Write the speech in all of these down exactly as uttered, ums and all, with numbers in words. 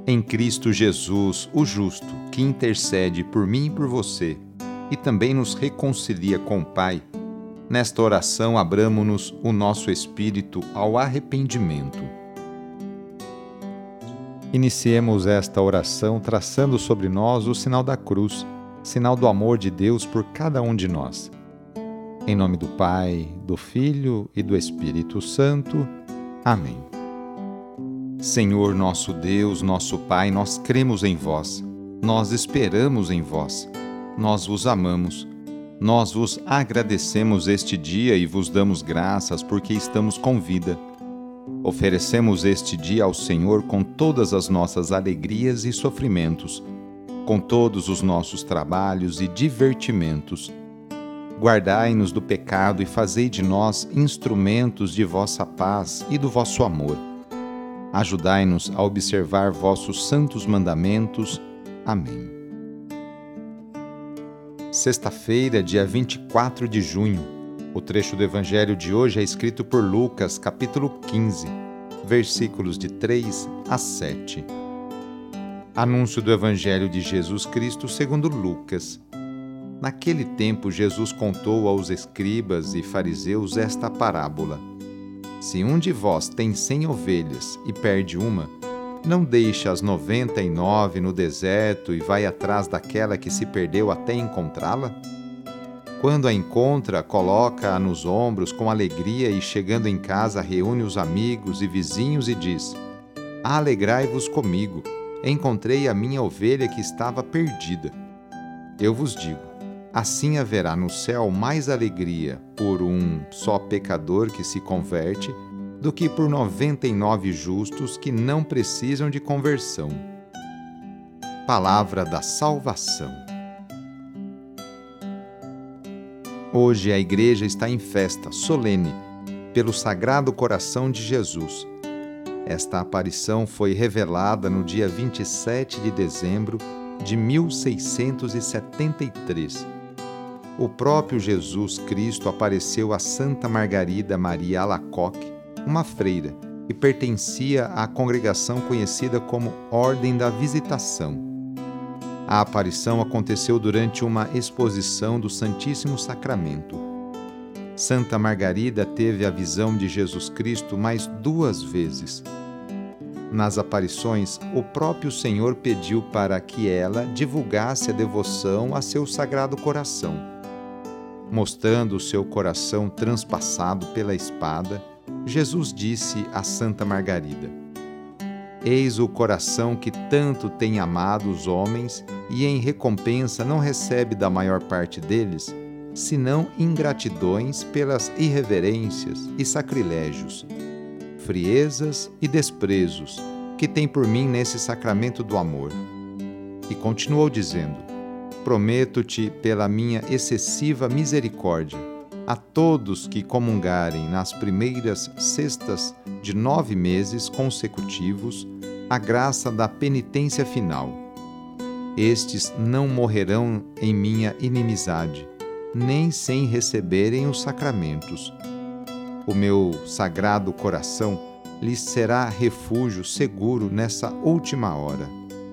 Em Cristo Jesus, o justo, que intercede por mim e por você, e também nos reconcilia com o Pai, nesta oração abramo-nos o nosso espírito ao arrependimento. Iniciemos esta oração traçando sobre nós o sinal da cruz, sinal do amor de Deus por cada um de nós. Em nome do Pai, do Filho e do Espírito Santo. Amém. Senhor nosso Deus, nosso Pai, nós cremos em vós, nós esperamos em vós, nós vos amamos, nós vos agradecemos este dia e vos damos graças porque estamos com vida. Oferecemos este dia ao Senhor com todas as nossas alegrias e sofrimentos, com todos os nossos trabalhos e divertimentos. Guardai-nos do pecado e fazei de nós instrumentos de vossa paz e do vosso amor. Ajudai-nos a observar vossos santos mandamentos. Amém. Sexta-feira, dia vinte e quatro de junho. O trecho do Evangelho de hoje é escrito por Lucas, capítulo quinze, versículos de três a sete. Anúncio do Evangelho de Jesus Cristo segundo Lucas. Naquele tempo, Jesus contou aos escribas e fariseus esta parábola. Se um de vós tem cem ovelhas e perde uma, não deixa as noventa e nove no deserto e vai atrás daquela que se perdeu até encontrá-la? Quando a encontra, coloca-a nos ombros com alegria e, chegando em casa, reúne os amigos e vizinhos e diz: Alegrai-vos comigo, encontrei a minha ovelha que estava perdida. Eu vos digo, assim haverá no céu mais alegria por um só pecador que se converte do que por noventa e nove justos que não precisam de conversão. Palavra da salvação. Hoje a Igreja está em festa solene pelo Sagrado Coração de Jesus. Esta aparição foi revelada no dia vinte e sete de dezembro de mil seiscentos e setenta e três. O próprio Jesus Cristo apareceu a Santa Margarida Maria Alacoque, uma freira, e pertencia à congregação conhecida como Ordem da Visitação. A aparição aconteceu durante uma exposição do Santíssimo Sacramento. Santa Margarida teve a visão de Jesus Cristo mais duas vezes. Nas aparições, o próprio Senhor pediu para que ela divulgasse a devoção a seu Sagrado Coração. Mostrando o seu coração transpassado pela espada, Jesus disse a Santa Margarida: Eis o coração que tanto tem amado os homens e em recompensa não recebe da maior parte deles, senão ingratidões pelas irreverências e sacrilégios, friezas e desprezos que tem por mim nesse sacramento do amor. E continuou dizendo: Prometo-te pela minha excessiva misericórdia, a todos que comungarem nas primeiras sextas de nove meses consecutivos, a graça da penitência final. Estes não morrerão em minha inimizade, nem sem receberem os sacramentos. O meu sagrado coração lhes será refúgio seguro nessa última hora.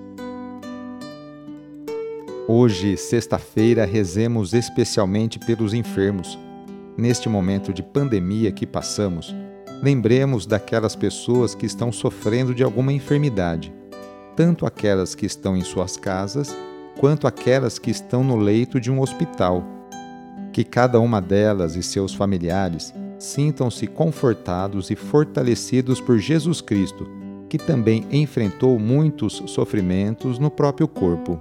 Hoje, sexta-feira, rezemos especialmente pelos enfermos. Neste momento de pandemia que passamos, lembremos daquelas pessoas que estão sofrendo de alguma enfermidade, tanto aquelas que estão em suas casas, quanto aquelas que estão no leito de um hospital. Que cada uma delas e seus familiares sintam-se confortados e fortalecidos por Jesus Cristo, que também enfrentou muitos sofrimentos no próprio corpo.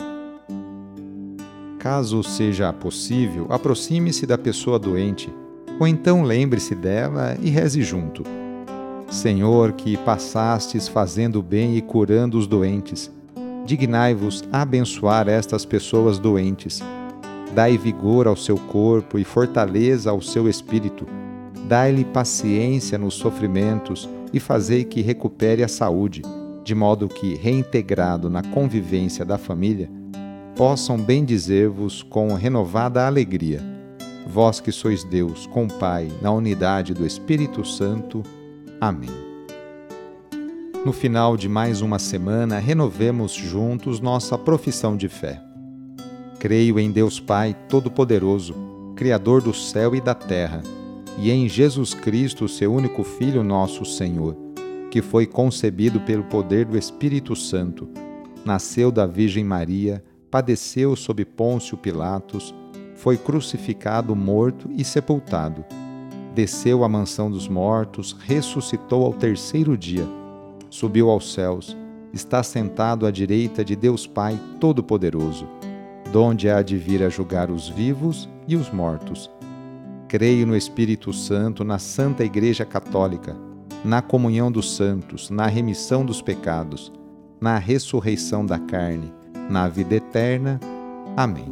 Caso seja possível, aproxime-se da pessoa doente, ou então lembre-se dela e reze junto. Senhor, que passastes fazendo bem e curando os doentes, dignai-vos abençoar estas pessoas doentes. Dai vigor ao seu corpo e fortaleza ao seu espírito. Dai-lhe paciência nos sofrimentos e fazei que recupere a saúde, de modo que, reintegrado na convivência da família, possam bendizer-vos com renovada alegria. Vós que sois Deus, com o Pai, na unidade do Espírito Santo. Amém. No final de mais uma semana, renovemos juntos nossa profissão de fé. Creio em Deus Pai Todo-Poderoso, Criador do céu e da terra, e em Jesus Cristo, seu único Filho, nosso Senhor, que foi concebido pelo poder do Espírito Santo, nasceu da Virgem Maria, padeceu sob Pôncio Pilatos, foi crucificado, morto e sepultado. Desceu à mansão dos mortos, ressuscitou ao terceiro dia, subiu aos céus, está sentado à direita de Deus Pai Todo-Poderoso, donde há de vir a julgar os vivos e os mortos. Creio no Espírito Santo, na Santa Igreja Católica, na comunhão dos santos, na remissão dos pecados, na ressurreição da carne, na vida eterna. Amém.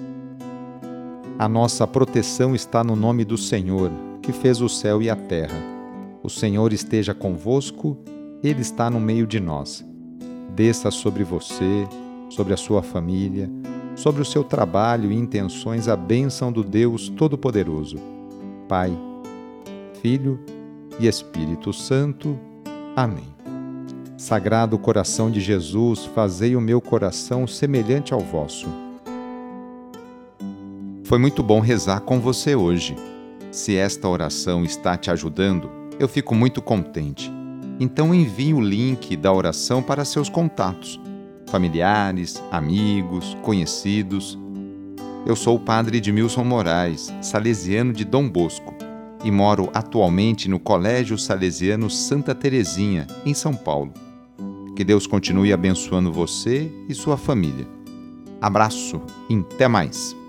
A nossa proteção está no nome do Senhor, que fez o céu e a terra. O Senhor esteja convosco, Ele está no meio de nós. Desça sobre você, sobre a sua família, sobre o seu trabalho e intenções a bênção do Deus Todo-Poderoso, Pai, Filho e Espírito Santo. Amém. Sagrado coração de Jesus, fazei o meu coração semelhante ao vosso. Foi muito bom rezar com você hoje. Se esta oração está te ajudando, eu fico muito contente. Então envie o link da oração para seus contatos, familiares, amigos, conhecidos. Eu sou o padre Edmilson Moraes, salesiano de Dom Bosco, e moro atualmente no Colégio Salesiano Santa Terezinha, em São Paulo. Que Deus continue abençoando você e sua família. Abraço e até mais!